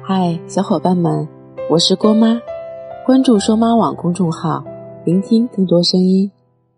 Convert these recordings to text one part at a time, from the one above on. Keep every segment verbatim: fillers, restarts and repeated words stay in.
嗨，小伙伴们，我是郭妈，关注说妈网公众号，聆听更多声音。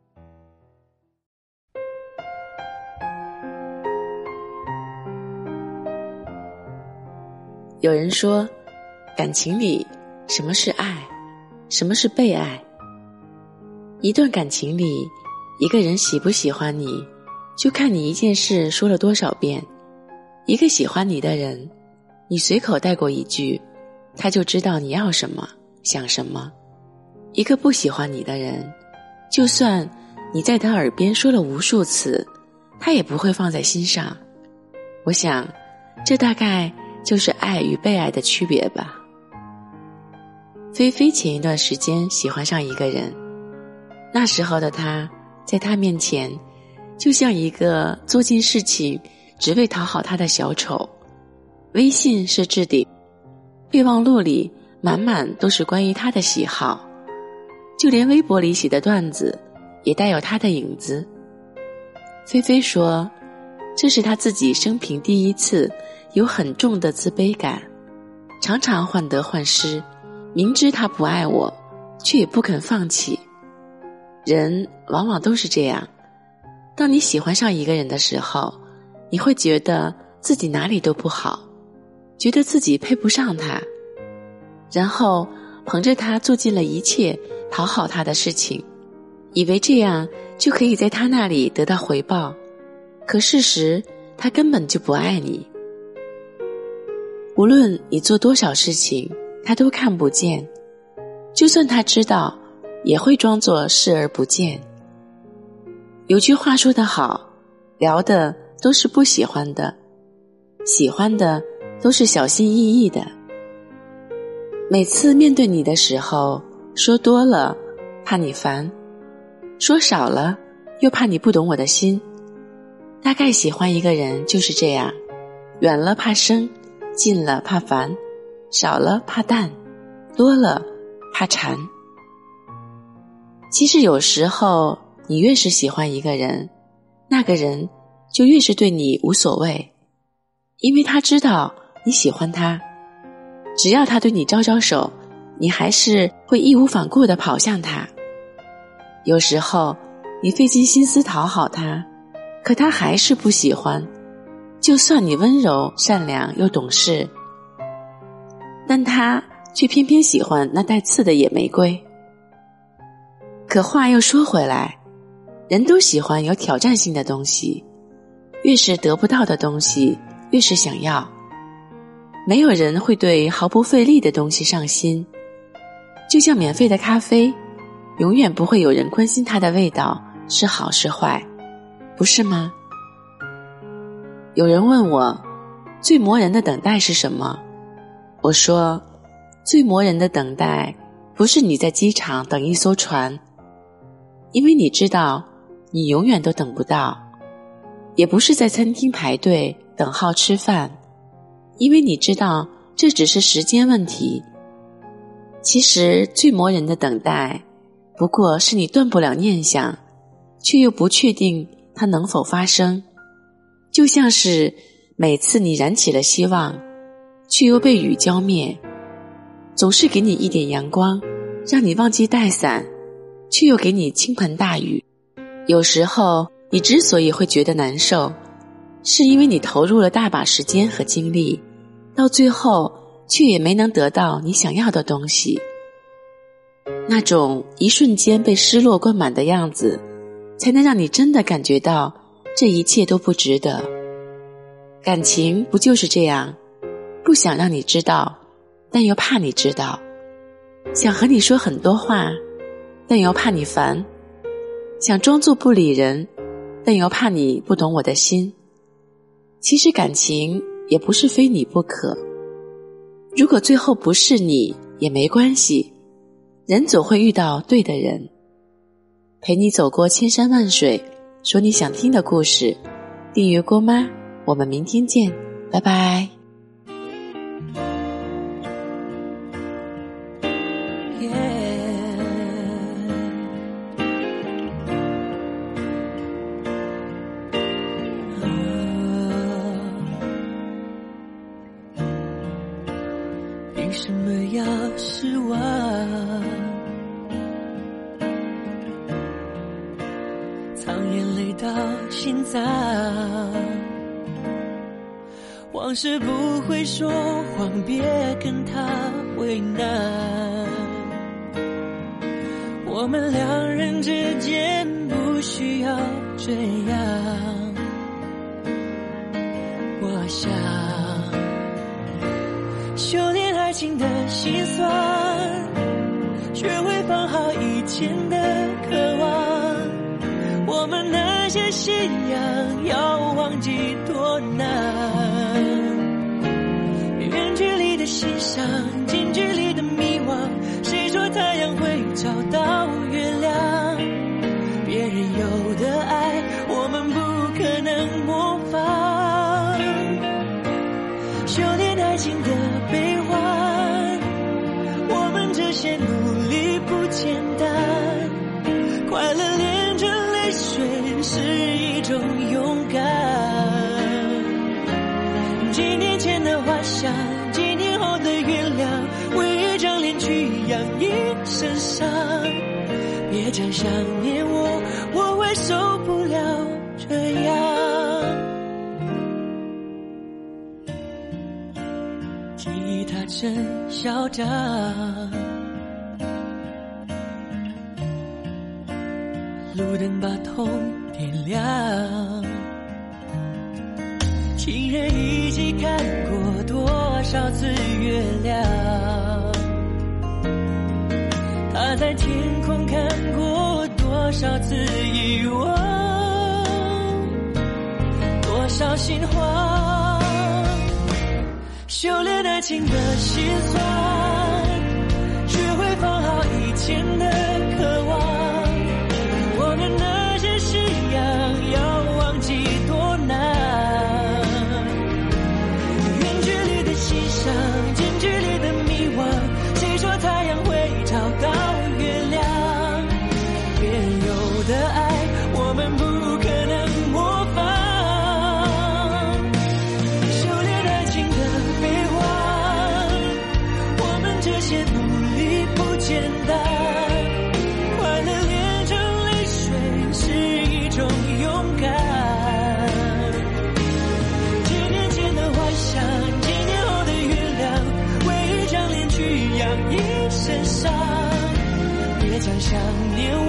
有人说，感情里什么是爱，什么是被爱？一段感情里，一个人喜不喜欢你，就看你一件事说了多少遍。一个喜欢你的人，你随口带过一句，他就知道你要什么，想什么。一个不喜欢你的人，就算你在他耳边说了无数次，他也不会放在心上。我想，这大概就是爱与被爱的区别吧。菲菲前一段时间喜欢上一个人，那时候的他，在他面前，就像一个做尽事情只为讨好他的小丑。微信是置顶，备忘录里满满都是关于他的喜好，就连微博里写的段子也带有他的影子。菲菲说，这是他自己生平第一次有很重的自卑感，常常患得患失，明知他不爱我，却也不肯放弃。人往往都是这样，当你喜欢上一个人的时候，你会觉得自己哪里都不好，觉得自己配不上他，然后捧着他做尽了一切讨好他的事情，以为这样就可以在他那里得到回报，可事实他根本就不爱你。无论你做多少事情，他都看不见，就算他知道，也会装作视而不见。有句话说得好，聊的都是不喜欢的，喜欢的都是小心翼翼的。每次面对你的时候，说多了怕你烦，说少了又怕你不懂我的心。大概喜欢一个人就是这样，远了怕生，近了怕烦，少了怕淡，多了怕缠。其实有时候你越是喜欢一个人，那个人就越是对你无所谓，因为他知道你喜欢他，只要他对你招招手，你还是会义无反顾地跑向他。有时候你费尽心思讨好他，可他还是不喜欢，就算你温柔善良又懂事，但他却偏偏喜欢那带刺的野玫瑰。可话又说回来，人都喜欢有挑战性的东西，越是得不到的东西越是想要。没有人会对毫不费力的东西上心，就像免费的咖啡，永远不会有人关心它的味道是好是坏，不是吗？有人问我，最磨人的等待是什么？我说，最磨人的等待不是你在机场等一艘船，因为你知道你永远都等不到，也不是在餐厅排队等号吃饭，因为你知道这只是时间问题。其实最磨人的等待不过是你断不了念想，却又不确定它能否发生。就像是每次你燃起了希望，却又被雨浇灭，总是给你一点阳光，让你忘记带伞，却又给你倾盆大雨。有时候你之所以会觉得难受，是因为你投入了大把时间和精力，到最后却也没能得到你想要的东西。那种一瞬间被失落灌满的样子，才能让你真的感觉到这一切都不值得。感情不就是这样，不想让你知道，但又怕你知道，想和你说很多话，但又怕你烦，想装作不理人，但又怕你不懂我的心。其实感情也不是非你不可，如果最后不是你也没关系，人总会遇到对的人，陪你走过千山万水，说你想听的故事。订阅郭妈，我们明天见，拜拜。 为什么要失望？藏眼泪到心脏，往事不会说谎，别跟他为难。我们两人之间不需要这样。我想修炼爱情的心酸，学会放好以前的渴望。我们那些信仰要忘记多难，远距离的欣赏，近距离的迷惘。谁说太阳会找到月亮？别人有的爱，我们不可能模仿。修炼爱情的悲欢，我们这些努力不简单。快乐连着泪水是一种勇敢。几年前的花香，几年后的原谅，为一张脸去养一身伤。别再想念我，我会受不了这样。吉他真嚣张，路灯把痛点亮。情人一起看过多少次月亮，他在天空看过多少次遗忘，多少心慌。修炼爱情的心酸，学会放好以前的渴望。我们那些信仰要忘记多难，远距离的欣赏，近距离的迷惘。谁说太阳会找到月亮？别人有的爱，我们不可能模仿。修炼爱情的悲欢，我们这些努力不简单。快乐连着泪水是一种勇敢。几年前的幻想，几年后的原谅，为一张脸去养一身伤。别再想念我，